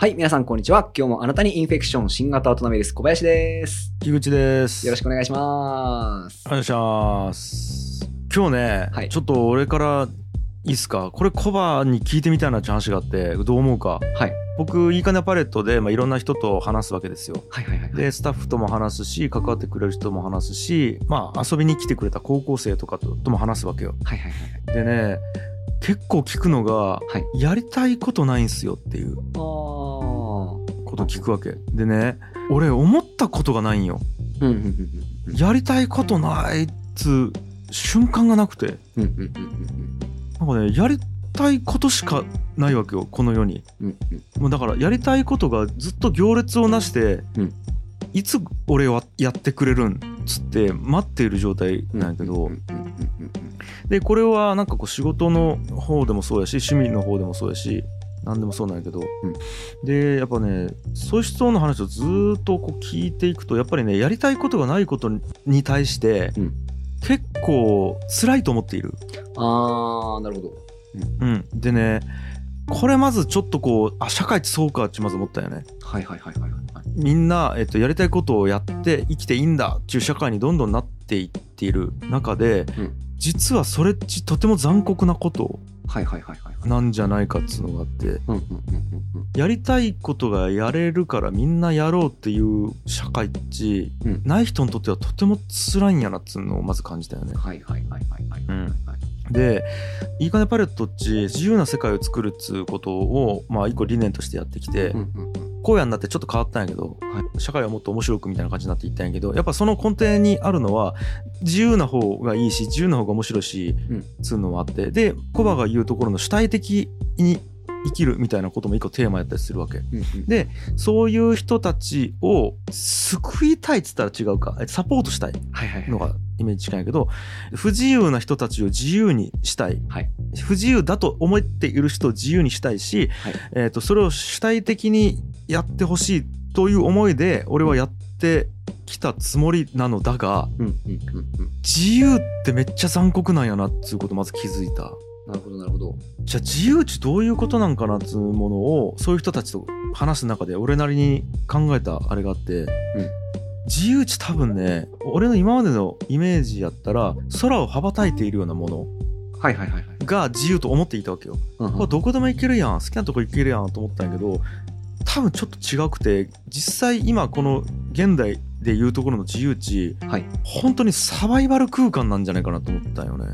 はい、皆さんこんにちは。今日もあなたにインフェクション新型オトナウイルス小林です。 木口です。 よろしくお願いします。 お願いします。今日ね、 はい、 ちょっと俺からいいっすか。これコバに聞いてみたいなって話があって、どう思うか。 はい。 僕いいかねパレットで、いろんな人と話すわけですよ。 はいはいはい。 でスタッフとも話すし、関わってくれる人も話すし、遊びに来てくれた高校生とかとも話すわけよ。 はいはいはい。 でね、結構聞くのが、 はい、 やりたいことないんすよっていうこと聞くわけでね、俺思ったことがないんよ。やりたいことないっつ瞬間がなくて、なんかね、やりたいことしかないわけよこの世に。もうだからやりたいことがずっと行列をなして、いつ俺はやってくれるんつって待っている状態なんやけど、でこれはなんかこう仕事の方でもそうやし、趣味の方でもそうやし、何でもそうなんやけど、でやっぱね、そういう人の話をずっとこう聞いていくと、やっぱりね、やりたいことがないことに対して、結構辛いと思っている。 あー、なるほど。 でね、これまずちょっとこう、社会ってそうかってまず思ったよね。みんな、やりたいことをやって生きていいんだっていう社会にどんどんなっていっている中で、実はそれっちとても残酷なことなんじゃないかっつうのがあって、やりたいことがやれるからみんなやろうっていう社会っち、ない人にとってはとても辛いんやなっつうのをまず感じたよね。で、いいかねパレットっち自由な世界を作るっつうことを一個理念としてやってきて、荒野になってちょっと変わったんやけど、社会はもっと面白くみたいな感じになっていったんやけど、やっぱその根底にあるのは自由な方がいいし、自由な方が面白いし、つうのもあって、でコバが言うところの主体的に生きるみたいなことも一個テーマやったりするわけ、でそういう人たちを救いたいっつったら違うか、サポートしたいのがイメージ近いけど、不自由な人たちを自由にしたい、不自由だと思っている人を自由にしたいし、それを主体的にやってほしいという思いで俺はやってきたつもりなのだが、自由ってめっちゃ残酷なんやなっていうことをまず気づいた。 なるほどなるほど。 じゃあ自由ってどういうことなんかなっていうものを、そういう人たちと話す中で俺なりに考えたあれがあって、自由って多分ね、俺の今までのイメージやったら空を羽ばたいているようなものが自由と思っていたわけよ。どこでも行けるやん、好きなとこ行けるやんと思ったんやけど、多分ちょっと違くて、実際今この現代でいうところの自由地、本当にサバイバル空間なんじゃないかなと思ったんよね。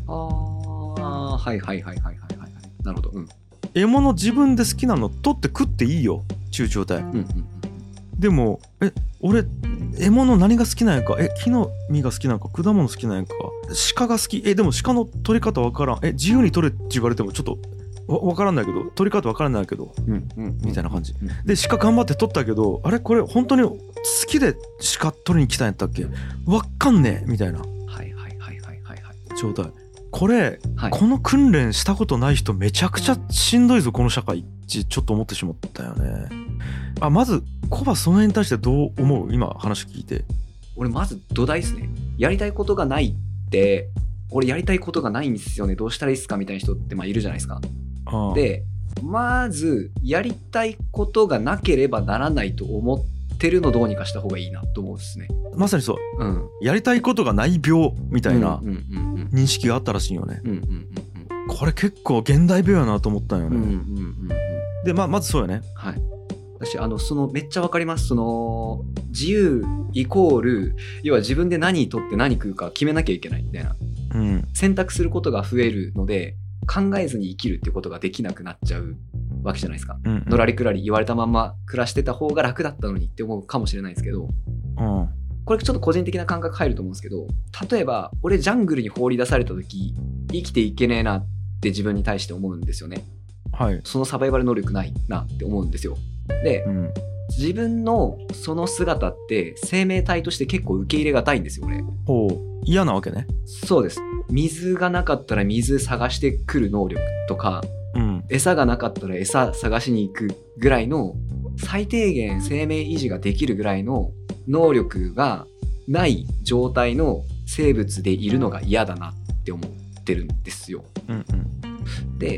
なるほど。 獲物自分で好きなの取って食っていいよ中状態、でも俺獲物何が好きなんやか、木の実が好きなんか、果物好きなんやか、鹿が好き、でも鹿の取り方わからん、自由に取れって言われてもちょっとわからんないけど、取り方わからんないけど、みたいな感じで、鹿頑張って取ったけど、あれこれ本当に好きで鹿取りに来たんやったっけ、わかんねえみたいな状態。これ、この訓練したことない人めちゃくちゃしんどいぞこの社会ってちょっと思ってしまったよね。まずコバその辺に対してどう思う？今話聞いて。 俺まず土台ですね。やりたいことがないって、俺やりたいことがないんですよね、どうしたらいいですかみたいな人っているじゃないですか。でまずやりたいことがなければならないと思ってるのどうにかした方がいいなと思うんですね。 まさにそう、やりたいことがない病みたいな認識があったらしいよね。これ結構現代病やなと思ったんよね。でまずそうよね。 私そのめっちゃわかります。その自由イコール、要は自分で何取って何食うか決めなきゃいけないみたいな、選択することが増えるので考えずに生きるっていうことができなくなっちゃうわけじゃないですか。のらりくらり言われたまんま暮らしてた方が楽だったのにって思うかもしれないですけど、これちょっと個人的な感覚入ると思うんですけど、例えば俺ジャングルに放り出された時生きていけねえなって自分に対して思うんですよね。そのサバイバル能力ないなって思うんですよ。で、自分のその姿って生命体として結構受け入れがたいんですよ俺。 嫌なわけね。 そうです。水がなかったら水探してくる能力とか、餌がなかったら餌探しに行くぐらいの最低限生命維持ができるぐらいの能力がない状態の生物でいるのが嫌だなって思ってるんですよ。で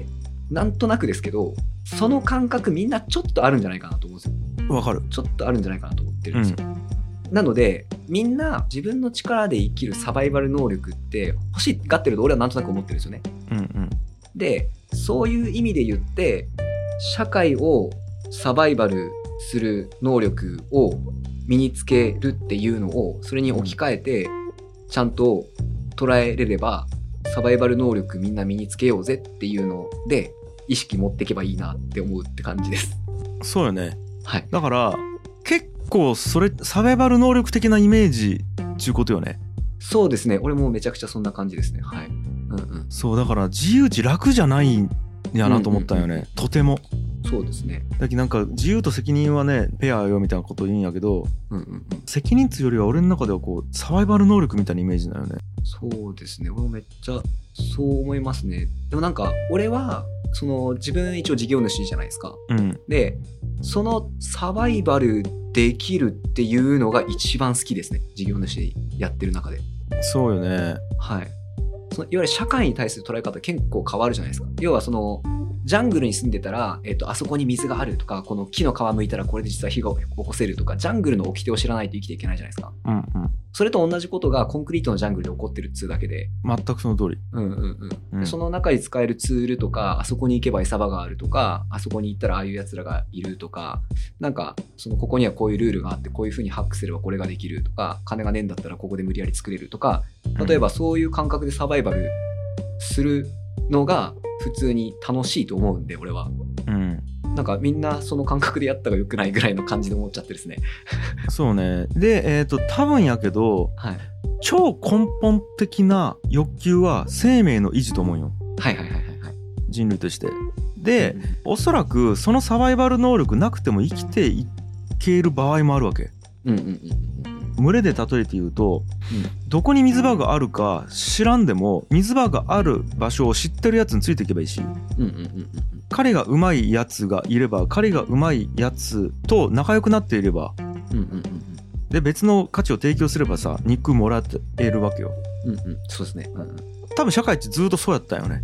なんとなくですけどその感覚みんなちょっとあるんじゃないかなと思うんですよ。 わかる。 ちょっとあるんじゃないかなと思ってるんですよ、なのでみんな自分の力で生きるサバイバル能力って欲しがってると俺はなんとなく思ってるんですよね。でそういう意味で言って社会をサバイバルする能力を身につけるっていうのをそれに置き換えてちゃんと捉えれればサバイバル能力みんな身につけようぜっていうので意識持っていけばいいなって思うって感じです。 そうよね、 はい、 だから結構それサバイバル能力的なイメージっていうことよね。 そうですね、俺もめちゃくちゃそんな感じですね。はい、 そうだから自由値楽じゃないんやなと思ったんよね、とても。 そうですね。 だけどなんか自由と責任はねペアよみたいなこと言うんやけど、責任っていうよりは俺の中ではこうサバイバル能力みたいなイメージだよね。 そうですね、俺もめっちゃそう思いますね。でもなんか俺はその自分一応事業主じゃないですか、でそのサバイバルできるっていうのが一番好きですね、事業主やってる中で。 そうよね。 はい。そのいわゆる社会に対する捉え方結構変わるじゃないですか。要はそのジャングルに住んでたら、あそこに水があるとか、この木の皮むいたらこれで実は火が起こせるとか、ジャングルの掟を知らないと生きていけないじゃないですか。それと同じことがコンクリートのジャングルで起こってるっつうだけで。 全くその通り。 でその中に使えるツールとか、あそこに行けば餌場があるとか、あそこに行ったらああいう奴らがいるとか、なんかそのここにはこういうルールがあって、こういう風にハックすればこれができるとか、金がねえんだったらここで無理やり作れるとか、例えばそういう感覚でサバイバルするのが普通に楽しいと思うんで俺は、なんかみんなその感覚でやったがよくないぐらいの感じで思っちゃってですね。 そうね。で多分やけど、超根本的な欲求は生命の維持と思うよ。人類として。で、おそらくそのサバイバル能力なくても生きていける場合もあるわけ。群れで例えて言うと、どこに水場があるか知らんでも水場がある場所を知ってるやつについていけばいいし、彼がうまいやつがいれば彼がうまいやつと仲良くなっていれば、で別の価値を提供すればさ肉もらえるわけよ。 そうですね。 多分社会ってずっとそうやったよね。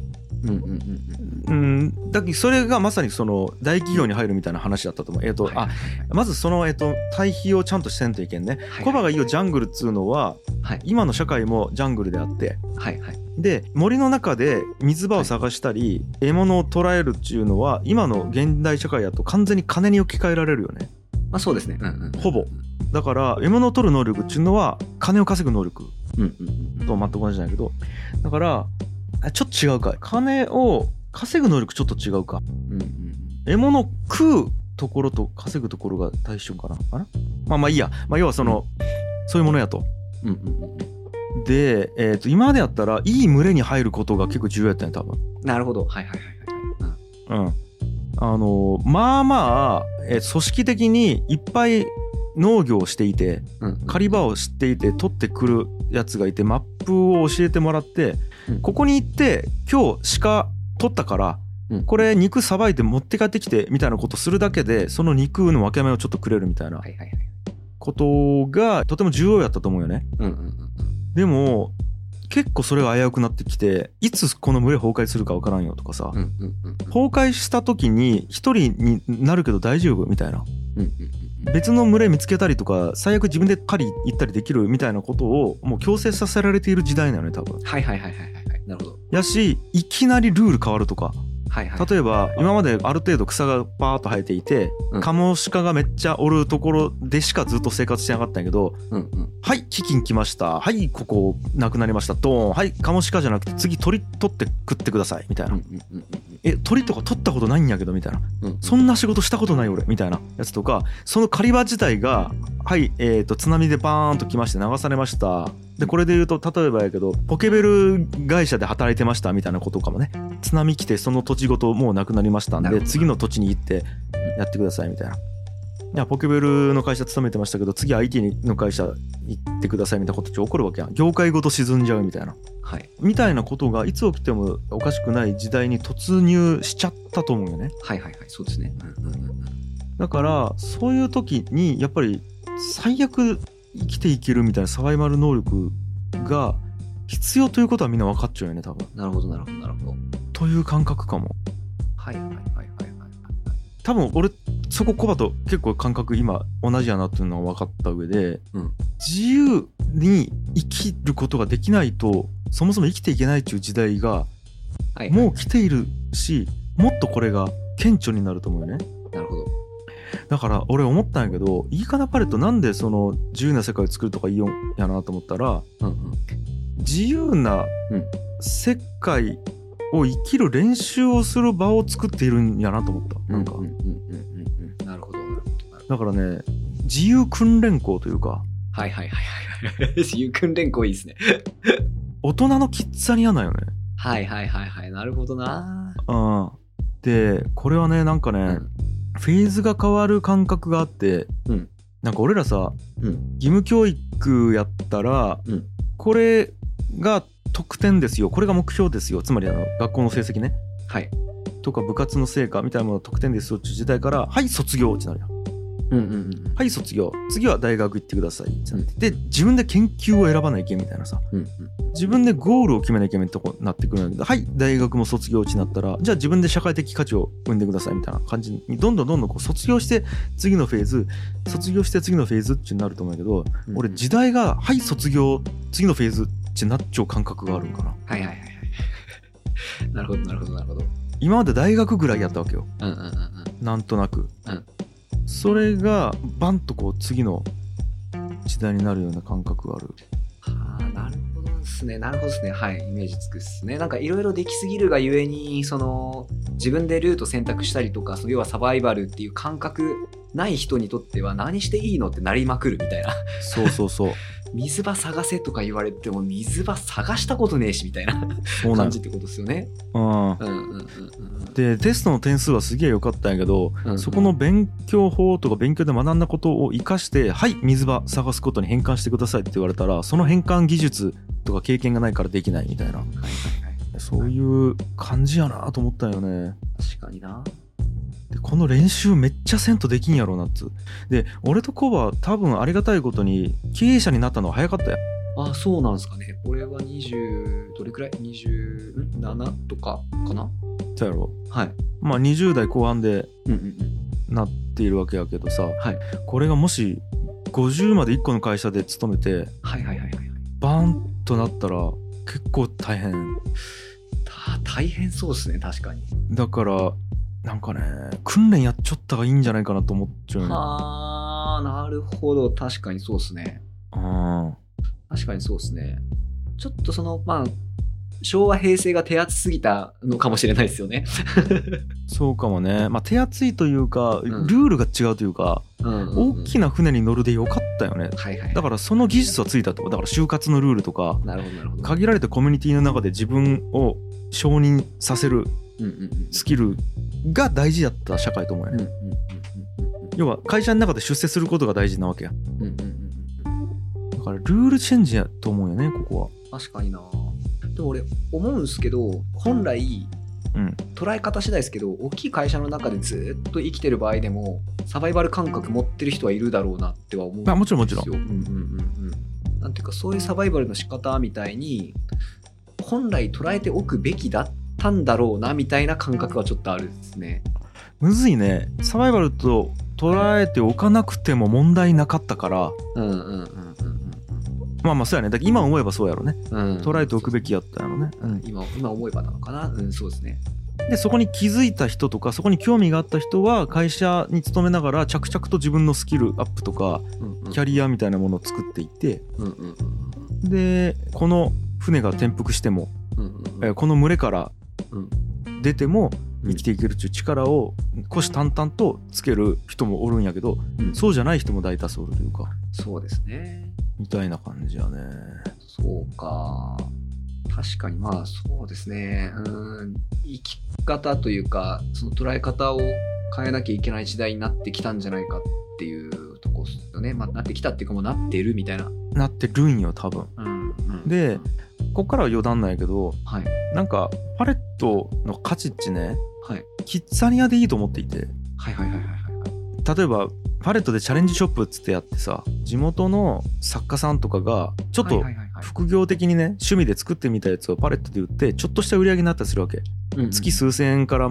だけどそれがまさにその大企業に入るみたいな話だったと思う。まずその対比をちゃんとせんといけんね。コバが言うジャングルっつうのは、今の社会もジャングルであって、で森の中で水場を探したり、獲物を捕らえるっていうのは今の現代社会だと完全に金に置き換えられるよね。 そうですね。 ほぼ。だから獲物を取る能力っていうのは金を稼ぐ能力と全く同じなんだけど、だからちょっと違うか。金を稼ぐ能力ちょっと違うか。獲物を食うところと稼ぐところが対象かな。まあいいや。要はそういうものやと。で、今までやったらいい群れに入ることが結構重要やったね多分。 なるほど。 組織的にいっぱい農業をしていて、狩り場を知っていて取ってくるやつがいて、マップを教えてもらって、ここに行って今日鹿取ったから、これ肉さばいて持って帰ってきてみたいなことするだけでその肉の分け目をちょっとくれるみたいなことがとても重要やったと思うよね。でも結構それが危うくなってきて、いつこの群れ崩壊するか分からんよとかさ、崩壊した時に一人になるけど大丈夫みたいな、別の群れ見つけたりとか最悪自分で狩り行ったりできるみたいなことをもう強制させられている時代なのね多分。なるほど。やしいきなりルール変わるとか、例えば今まである程度草がパーッと生えていて、カモシカがめっちゃおるところでしかずっと生活してなかったんやけど、はい飢饉来ました、はいここなくなりました、ドーン、はいカモシカじゃなくて次鳥取って食ってくださいみたいな、鳥とか取ったことないんやけどみたいな、そんな仕事したことない俺みたいなやつとか、その狩り場自体がはい津波でバーンと来まして流されました。でこれで言うと例えばやけどポケベル会社で働いてましたみたいなことかもね。津波来てその土地ごともうなくなりましたんで次の土地に行ってやってくださいみたいな。いやポケベルの会社勤めてましたけど次 IT の会社行ってくださいみたいなことって起こるわけやん。業界ごと沈んじゃうみたいな、みたいなことがいつ起きてもおかしくない時代に突入しちゃったと思うよね。 そうですね。 だからそういう時にやっぱり最悪生きていけるみたいなサバイバル能力が必要ということはみんな分かっちゃうよね多分。 なるほどという感覚かも。 はいはいはいはいはい。 多分俺そこコバと結構感覚今同じやなっていうのは分かった上で、自由に生きることができないとそもそも生きていけないっていう時代がもう来ているし、もっとこれが顕著になると思うよね。 なるほど。 だから俺思ったんやけど、いいかなパレットなんでその自由な世界を作るとかいいよやなと思ったら、自由な世界を生きる練習をする場を作っているんやなと思った。なんかなるほど。 だからね、自由訓練校というか、 はいはいはいはい。自由訓練校いいですね。 大人のキッザニアなんよね。 はいはいはいはい。なるほどな。 でこれはね、なんかね、フェーズが変わる感覚があって、なんか俺らさ、義務教育やったら、これが得点ですよ、これが目標ですよ、つまり学校の成績ね、とか部活の成果みたいなものが得点ですよっていう時代から、はい卒業ってなるやん。はい卒業、次は大学行ってくださいってなって、で自分で研究を選ばないけんみたいなさ、自分でゴールを決めなきゃいけないとこになってくるんだけど、はい大学も卒業地になったら、じゃあ自分で社会的価値を生んでくださいみたいな感じにどんどんこう卒業して次のフェーズ、卒業して次のフェーズってなると思うんだけど、俺時代がはい卒業次のフェーズってなっちゃう感覚があるんかな。 はいはいはいはい。なるほどなるほどなるほど。 今まで大学ぐらいやったわけよ。なんとなく。それがバンとこう次の時代になるような感覚がある。 なるほどですね。なるほどですね。はい、イメージつくっすね。なんかいろいろできすぎるがゆえに、その自分でルート選択したりとか、要はサバイバルっていう感覚ない人にとっては何していいのってなりまくるみたいな。そう水場探せとか言われても水場探したことねえしみたいな感じってことですよね。でテストの点数はすげえ良かったんやけど、そこの勉強法とか勉強で学んだことを生かして、はい水場探すことに変換してくださいって言われたら、その変換技術とか経験がないからできないみたいな、そういう感じやなと思ったんよね。 確かにな。 でこの練習めっちゃせんとできんやろうなっつ。で俺とコバ多分ありがたいことに経営者になったのは早かったやん。 あ、そうなんですかね。俺は20どれくらい27とかかな。 そうやろ。 はい。 まあ20代後半でなっているわけやけどさ、これがもし50まで1個の会社で勤めて、バーンとなったら結構大変。 大変そうですね、確かに。 だからなんかね、訓練やっちゃったがいいんじゃないかなと思っちゃうね。 なるほど、確かにそうですね。確かにそうですね。ちょっとその昭和平成が手厚すぎたのかもしれないですよね。 そうかもね。手厚いというか、ルールが違うというか、大きな船に乗るでよかったよね。だからその技術はついたと。だから就活のルールとか、限られたコミュニティの中で自分を承認させるスキルが大事だった社会と思うよね。要は会社の中で出世することが大事なわけや。だからルールチェンジやと思うよね、ここは。 確かにな。でも俺思うんですけど、本来、捉え方次第ですけど、大きい会社の中でずっと生きてる場合でもサバイバル感覚持ってる人はいるだろうなっては思うんですよ。 もちろんもちろん。 なんていうか、そういうサバイバルの仕方みたいに本来捉えておくべきだったんだろうなみたいな感覚はちょっとあるですね。 むずいね。サバイバルと捉えておかなくても問題なかったから。そうやね。だから今思えばそうやろね。捉えておくべきやったやろね。 今思えばなのかな。そうですね。 でそこに気づいた人とか、そこに興味があった人は会社に勤めながら着々と自分のスキルアップとか、キャリアみたいなものを作っていって、でこの船が転覆しても、この群れから出ても生きていけるっていう力を虎視眈々とつける人もおるんやけど、そうじゃない人も大多数おるというか。 そうですね。 みたいな感じやね。 そうか。確かにそうですね。生き方というか、その捉え方を変えなきゃいけない時代になってきたんじゃないかっていうとこですよね。なってきたっていうか、もうなってるみたいな。 なってるんよ多分。でここからは余談なんやけど、なんかパレットの価値ってね、キッザニアでいいと思っていて、例えばパレットでチャレンジショップっつってやってさ、地元の作家さんとかがちょっと副業的にね、趣味で作ってみたやつをパレットで売ってちょっとした売り上げになったりするわけ。月数千円から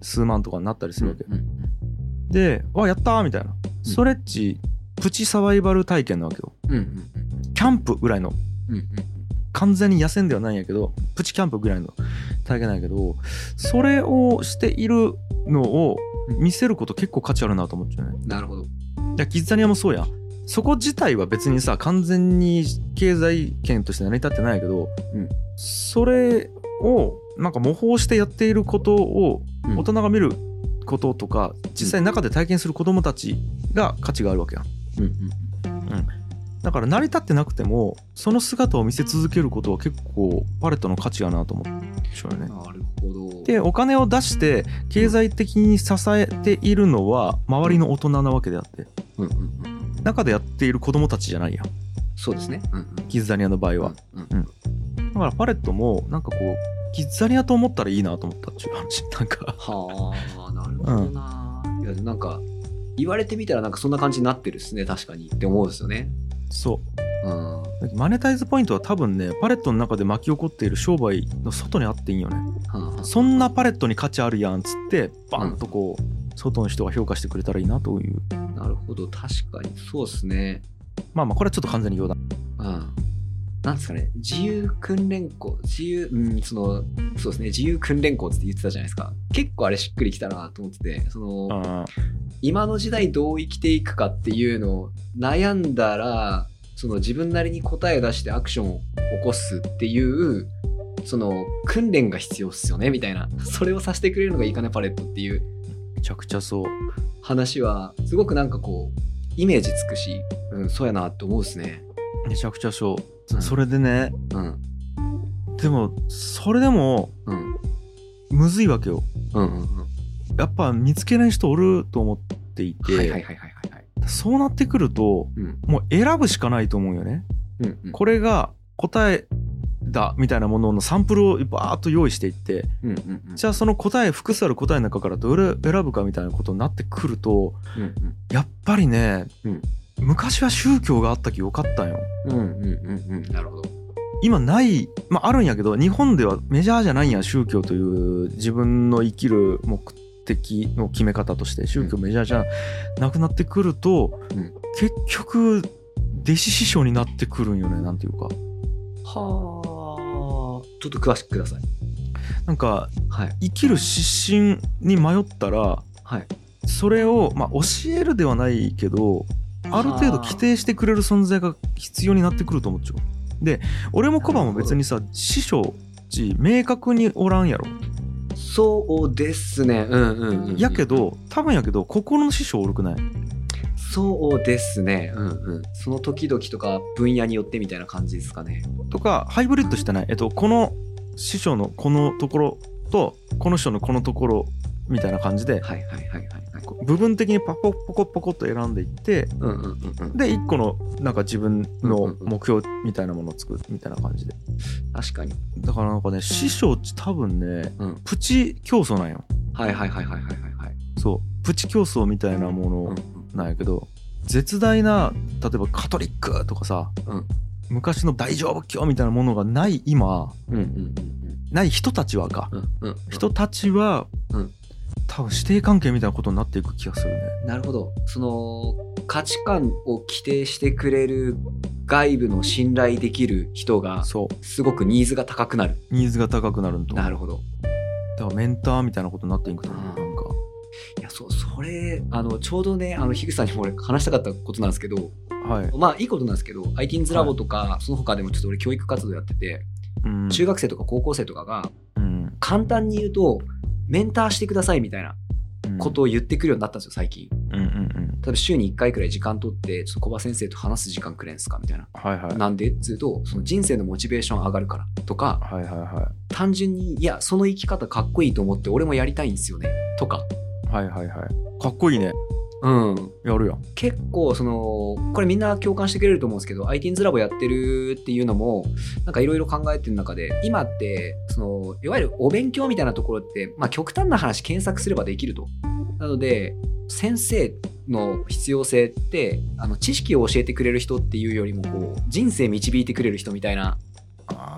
数万とかになったりするわけ、でやったーみたいな、それっちプチサバイバル体験なわけよ、キャンプぐらいの、完全に野戦ではないんやけどプチキャンプぐらいの体験なんやけど、それをしているのを見せること結構価値あるなと思っちゃうね。 なるほど。 キッザニアもそうやん。そこ自体は別にさ完全に経済圏として成り立ってないけど、それをなんか模倣してやっていることを大人が見ることとか、実際中で体験する子どもたちが価値があるわけやん。だから成り立ってなくてもその姿を見せ続けることは結構パレットの価値やなと思ってしまうよね。 なるほど。 でお金を出して経済的に支えているのは周りの大人なわけであって、中でやっている子供たちじゃないやん。 そうですね、 キッザニアの場合は、だからパレットもなんかこうキッザニアと思ったらいいなと思ったっていう話。なんかはあ、なるほどな、いやなんか言われてみたらなんかそんな感じになってるっすね、確かにって思うんですよね。 そう、マネタイズポイントは多分ねパレットの中で巻き起こっている商売の外にあっていいんよね、そんなパレットに価値あるやんっつってバンとこう、外の人が評価してくれたらいいなという。 なるほど、確かにそうですね。 まあこれはちょっと完全に冗談。 なんですかね、自由訓練校、そうですね、自由訓練校って言ってたじゃないですか。結構あれしっくりきたなと思ってて、今の時代どう生きていくかっていうのを悩んだら、自分なりに答えを出してアクションを起こすっていう訓練が必要っすよねみたいな、それをさせてくれるのがいいかねパレットっていうめちゃくちゃそう話はすごくなんかこうイメージつくし、そうやなって思うっすね。 めちゃくちゃそう、それでね、でもそれでも、むずいわけよ、やっぱ見つけない人おると思っていて、そうなってくると、もう選ぶしかないと思うよね、これが答えだみたいなもののサンプルをバーッと用意していって、じゃあその答え複数ある答えの中からどれ選ぶかみたいなことになってくると、やっぱりね、昔は宗教があったきよかったんよ。 なるほど。 今ない、あるんやけど日本ではメジャーじゃないんや、宗教という自分の生きる目的の決め方として宗教メジャーじゃなくなってくると、結局弟子師匠になってくるんよね、なんていうか。 ちょっと詳しくください。 なんか、生きる指針に迷ったら、それを教えるではないけどある程度規定してくれる存在が必要になってくると思っちゃう。で俺もコバも別にさ師匠ち明確におらんやろ。 そうですね、 やけど多分やけど心の師匠おるくない？ そうですね、その時々とか分野によってみたいな感じですかね。 とかハイブリッドしてない、この師匠のこのところとこの人のこのところみたいな感じで部分的にパコポコポコっと選んでいって、で一個のなんか自分の目標みたいなものを作るみたいな感じで。 確かに。 だからなんかね、師匠って多分ね、プチ競争なんよ。そうプチ競争みたいなものなんやけど、絶大な例えばカトリックとかさ、昔の大乗仏教みたいなものがない今、ない人たちは人たちは、多分師弟関係みたいなことになっていく気がするね。 なるほど。その価値観を規定してくれる外部の信頼できる人がすごくニーズが高くなる。 ニーズが高くなるんと。 なるほど。 だからメンターみたいなことになっていくと思う。なんかいやそれちょうどね樋口さんにも俺話したかったことなんですけど、いいことなんですけど ITINS ラボとか、その他でもちょっと俺教育活動やってて、中学生とか高校生とかが、簡単に言うとメンターしてくださいみたいなことを言ってくるようになったんですよ最近。例えば週に1回くらい時間取ってちょっと小葉先生と話す時間くれんすかみたいな、なんでっつうとその人生のモチベーション上がるからとか、単純にいやその生き方かっこいいと思って俺もやりたいんですよねとか。かっこいいね。やるやん。結構これみんな共感してくれると思うんですけど ITINS ラボやってるっていうのもなんかいろいろ考えてる中で、今っていわゆるお勉強みたいなところって、極端な話検索すればできると。なので先生の必要性って知識を教えてくれる人っていうよりもこう人生導いてくれる人みたいな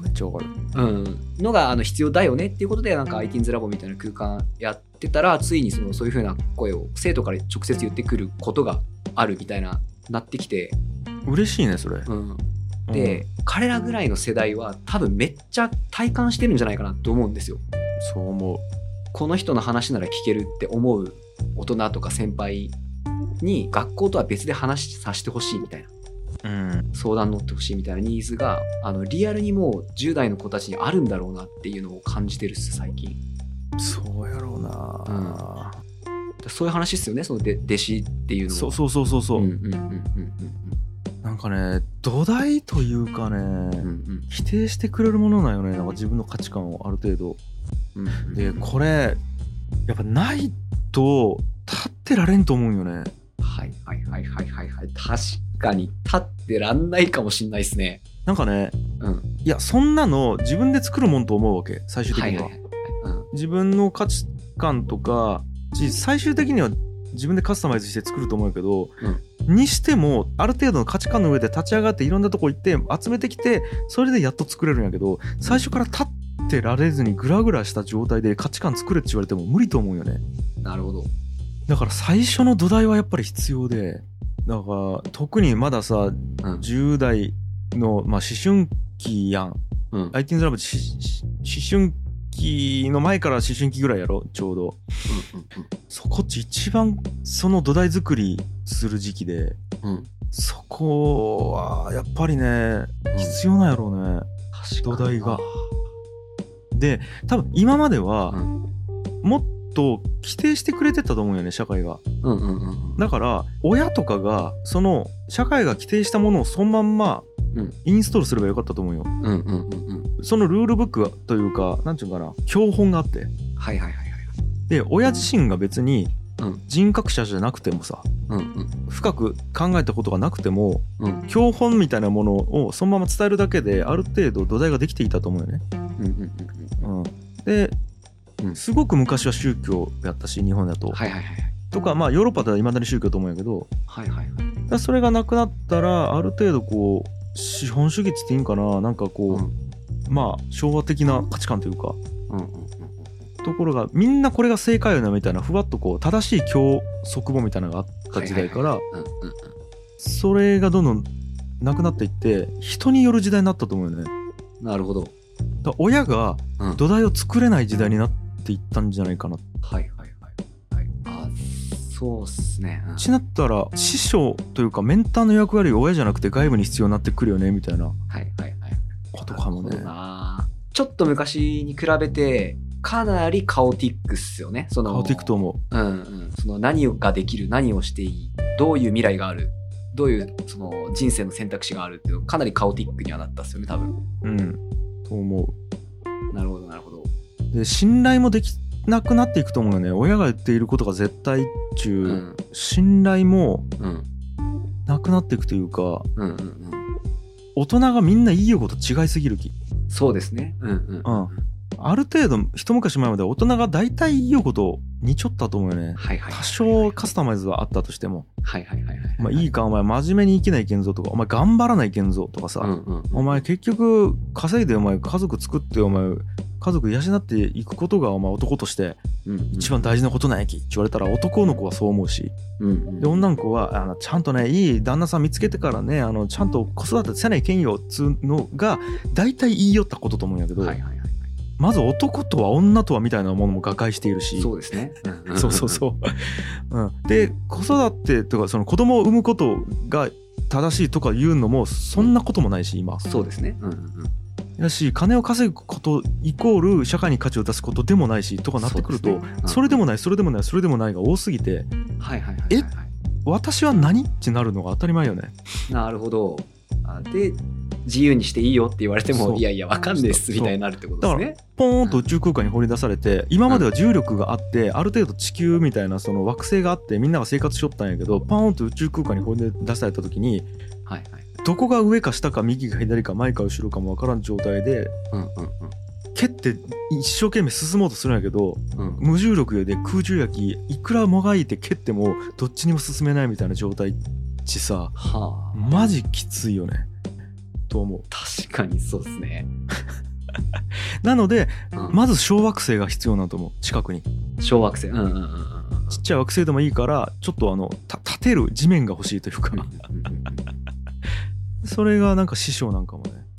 めっちゃわかる。 のが必要だよねっていうことで、なんか ITINS ラボみたいな空間やってたら、ついにそういう風な声を生徒から直接言ってくることがあるみたいななってきて、 嬉しいねそれ。 で、彼らぐらいの世代は多分めっちゃ体感してるんじゃないかなと思うんですよ。 そう思う。 この人の話なら聞けるって思う大人とか先輩に学校とは別で話させてほしいみたいな、相談乗ってほしいみたいなニーズがリアルにもう10代の子たちにあるんだろうなっていうのを感じてるっす最近。 そうやろうな、 そういう話っすよね、その弟子っていうのは。 そう、なんかね土台というかね、否定してくれるものなんよね、なんか自分の価値観をある程度、でこれやっぱないと立ってられんと思うんよね。 はい確かに立ってらんないかもしんないですね。 なんかね、いやそんなの自分で作るもんと思うわけ最終的には。自分の価値観とか最終的には自分でカスタマイズして作ると思うけど、にしてもある程度の価値観の上で立ち上がっていろんなとこ行って集めてきて、それでやっと作れるんやけど、最初から立ってられずにグラグラした状態で価値観作れって言われても無理と思うよね。 なるほど。だから最初の土台はやっぱり必要で、だから特にまださ、10代の、思春期やん、ITINS ラボ思春期の前から思春期ぐらいやろちょうど、そこっち一番その土台作りする時期で、そこはやっぱりね、必要なんやろうね、土台が。で多分今までは、もっと規定してくれてたと思うよね社会が、だから親とかがその社会が規定したものをそのまんまインストールすればよかったと思うよ。そのルールブックというかなんていうかな、教本があって、で親自身が別に人格者じゃなくてもさ、深く考えたことがなくても、教本みたいなものをそのまま伝えるだけである程度土台ができていたと思うよね。ですごく昔は宗教やったし日本だと、とかまあヨーロッパではいまだに宗教と思うんやけど、だそれがなくなったらある程度こう資本主義って言っていいんかな、なんかこう、まあ昭和的な価値観というか、ところがみんなこれが正解よなみたいなふわっとこう正しい教則本みたいなのがあった時代から、それがどんどんなくなっていって人による時代になったと思うよね。なるほど。だ親が土台を作れない時代になっていったんじゃないかな。あ、そうっすね。ちなったら師匠というかメンターの役割が親じゃなくて外部に必要になってくるよねみたいなことかもね。ちょっと昔に比べてかなりカオティックっすよね。そのカオティックと思う。その何ができる、何をしていい、どういう未来がある、どういうその人生の選択肢があるっていうのかなりカオティックにはなったっすよね多分。と思う。なるほど。で信頼もできなくなっていくと思うよね。親が言っていることが絶対中、信頼もなくなっていくというか、大人がみんな言いようこと違いすぎる気。そうですね。ある程度一昔前まで大人が大体言いようこと似ちょったと思うよね。多少カスタマイズはあったとしても、まあいいかお前真面目に生きないけんぞとか、お前頑張らないけんぞとかさ、お前結局稼いでお前家族作ってお前家族養っていくことがお前男として一番大事なことなんやきって言われたら男の子はそう思うし、で女の子はちゃんとねいい旦那さん見つけてからねちゃんと子育てせないけんよっつうのが大体言いよったことと思うんやけど、まず男とは女とはみたいなものも瓦解しているし。そうですね。で子育てとかその子供を産むことが正しいとか言うのもそんなこともないし今。そうですね。だし金を稼ぐことイコール社会に価値を出すことでもないしとかなってくると、それでもないそれでもないそれでもないが多すぎて、私は何ってなるのが当たり前よね。なるほど。で自由にしていいよって言われてもいやいやわかんねえっすみたいになるってことですね。だからポーンと宇宙空間に放り出されて、今までは重力があってある程度地球みたいなその惑星があってみんなが生活しよったんやけど、ポーンと宇宙空間に放り出された時に、どこが上か下か右か左か前か後ろかもわからん状態で、蹴って一生懸命進もうとするんやけど、無重力で空中焼きいくらもがいて蹴ってもどっちにも進めないみたいな状態ってさ、マジきついよね。 と思う。 確かにそうですね。 なので、まず小惑星が必要なんと思う。近くに小惑星、 ちっちゃい惑星でもいいからちょっと立てる地面が欲しいというかそれがなんか師匠なんかもね。